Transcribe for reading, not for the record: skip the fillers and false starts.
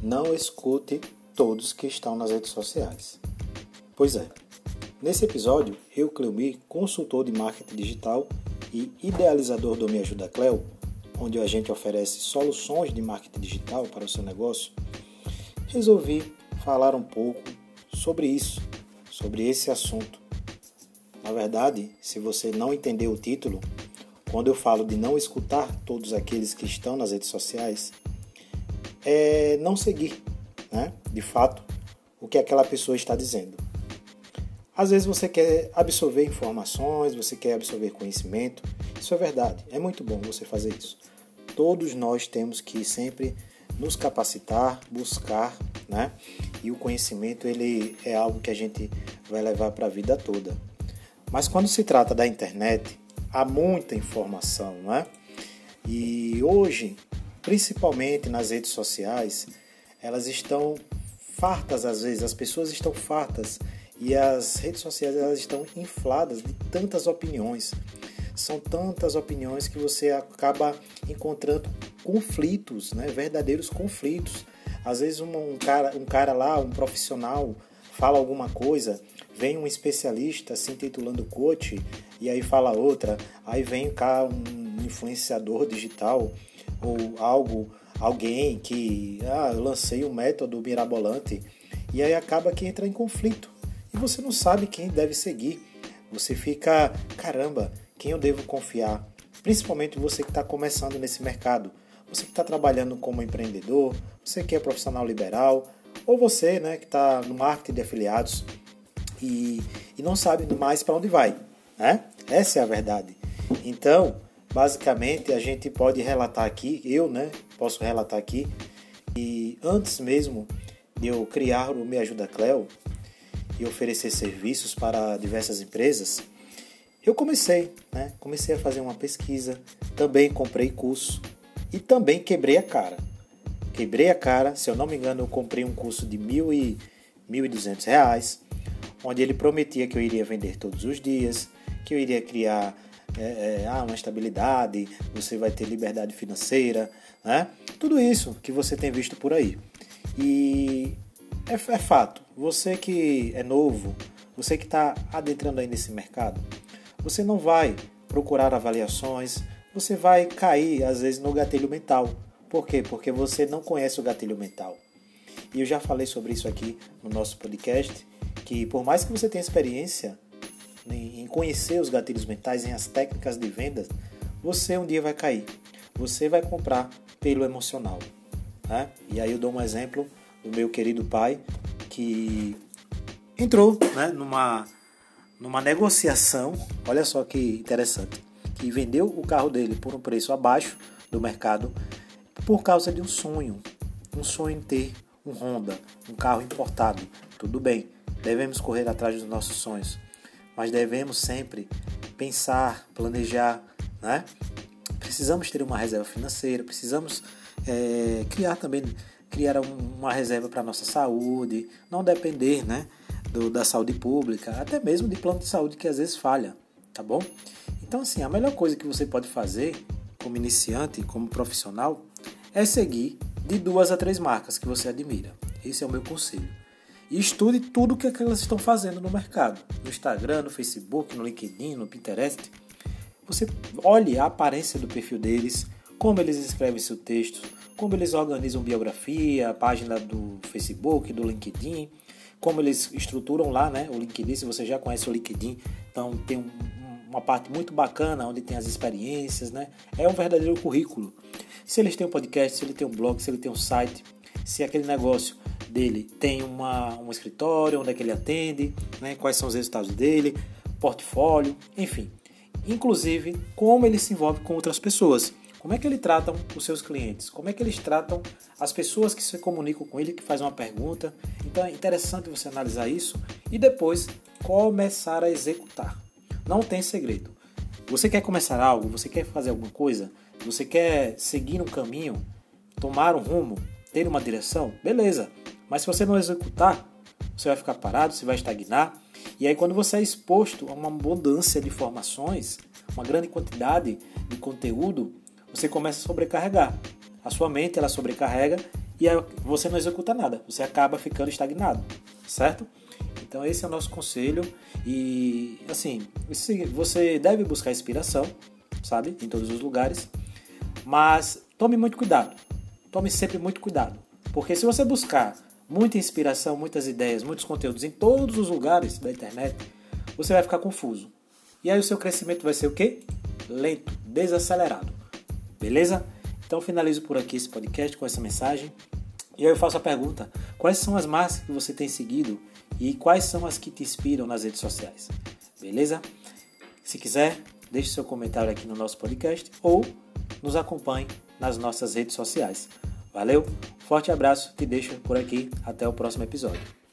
Não escute todos que estão nas redes sociais. Pois é, nesse episódio, eu, Cleomir, consultor de marketing digital e idealizador do Me Ajuda Cleo, onde a gente oferece soluções de marketing digital para o seu negócio, resolvi falar um pouco sobre isso, sobre esse assunto. Na verdade, se você não entendeu o título, quando eu falo de não escutar todos aqueles que estão nas redes sociais, é não seguir, né? De fato, o que aquela pessoa está dizendo. Às vezes você quer absorver informações, você quer absorver conhecimento, isso é verdade, é muito bom você fazer isso. Todos nós temos que sempre nos capacitar, buscar, né? E o conhecimento ele é algo que a gente vai levar para a vida toda. Mas quando se trata da internet, há muita informação, né? E hoje, principalmente nas redes sociais, elas estão fartas às vezes, as pessoas estão fartas e as redes sociais elas estão infladas de tantas opiniões. São tantas opiniões que você acaba encontrando conflitos, né? Verdadeiros conflitos. Às vezes um cara lá, um profissional, fala alguma coisa, vem um especialista se intitulando coach e aí fala outra, aí vem cá um influenciador digital ou alguém que eu lancei um método mirabolante e aí acaba que entra em conflito e você não sabe quem deve seguir. Você fica, caramba, quem eu devo confiar? Principalmente você que está começando nesse mercado, você que está trabalhando como empreendedor, você que é profissional liberal, ou você, né, que está no marketing de afiliados e não sabe mais para onde vai, né? Essa é a verdade. Então, basicamente, a gente pode relatar aqui, posso relatar aqui, e antes mesmo de eu criar o Me Ajuda Cleo e oferecer serviços para diversas empresas, eu comecei a fazer uma pesquisa, também comprei curso e também quebrei a cara. Se eu não me engano, eu comprei um curso de R$1.200, onde ele prometia que eu iria vender todos os dias, que eu iria criar uma estabilidade, você vai ter liberdade financeira, né? Tudo isso que você tem visto por aí. E é fato, você que é novo, você que está adentrando aí nesse mercado, você não vai procurar avaliações, você vai cair às vezes no gatilho mental. Por quê? Porque você não conhece o gatilho mental. E eu já falei sobre isso aqui no nosso podcast, que por mais que você tenha experiência em conhecer os gatilhos mentais, em as técnicas de vendas, você um dia vai cair. Você vai comprar pelo emocional, né? E aí eu dou um exemplo do meu querido pai, que entrou, né, numa negociação, olha só que interessante, que vendeu o carro dele por um preço abaixo do mercado por causa de um sonho em ter um Honda, um carro importado. Tudo bem, devemos correr atrás dos nossos sonhos, mas devemos sempre pensar, planejar, né? Precisamos ter uma reserva financeira, precisamos criar uma reserva para a nossa saúde, não depender, né, da saúde pública, até mesmo de plano de saúde que às vezes falha, tá bom? Então, assim, a melhor coisa que você pode fazer como iniciante, como profissional, é seguir de 2 a 3 marcas que você admira. Esse é o meu conselho. E estude tudo o que elas estão fazendo no mercado. No Instagram, no Facebook, no LinkedIn, no Pinterest. Você olhe a aparência do perfil deles, como eles escrevem seu texto, como eles organizam biografia, a página do Facebook, do LinkedIn, como eles estruturam lá, né, o LinkedIn. Se você já conhece o LinkedIn, então tem uma parte muito bacana onde tem as experiências, né? É um verdadeiro currículo. Se eles têm um podcast, se ele tem um blog, se ele tem um site, se aquele negócio dele tem um escritório, onde é que ele atende, né? Quais são os resultados dele, portfólio, enfim. Inclusive, como ele se envolve com outras pessoas. Como é que ele trata os seus clientes? Como é que eles tratam as pessoas que se comunicam com ele, que fazem uma pergunta? Então é interessante você analisar isso e depois começar a executar. Não tem segredo. Você quer começar algo, você quer fazer alguma coisa, você quer seguir um caminho, tomar um rumo, ter uma direção, beleza. Mas se você não executar, você vai ficar parado, você vai estagnar. E aí quando você é exposto a uma abundância de informações, uma grande quantidade de conteúdo, você começa a sobrecarregar. A sua mente ela sobrecarrega e aí você não executa nada, você acaba ficando estagnado, certo? Então esse é o nosso conselho e assim, você deve buscar inspiração, sabe, em todos os lugares, mas tome muito cuidado, tome sempre muito cuidado, porque se você buscar muita inspiração, muitas ideias, muitos conteúdos em todos os lugares da internet, você vai ficar confuso. E aí o seu crescimento vai ser o quê? Lento, desacelerado. Beleza? Então finalizo por aqui esse podcast com essa mensagem. E aí eu faço a pergunta: quais são as marcas que você tem seguido e quais são as que te inspiram nas redes sociais? Beleza? Se quiser, deixe seu comentário aqui no nosso podcast ou nos acompanhe nas nossas redes sociais. Valeu, forte abraço, te deixo por aqui, até o próximo episódio.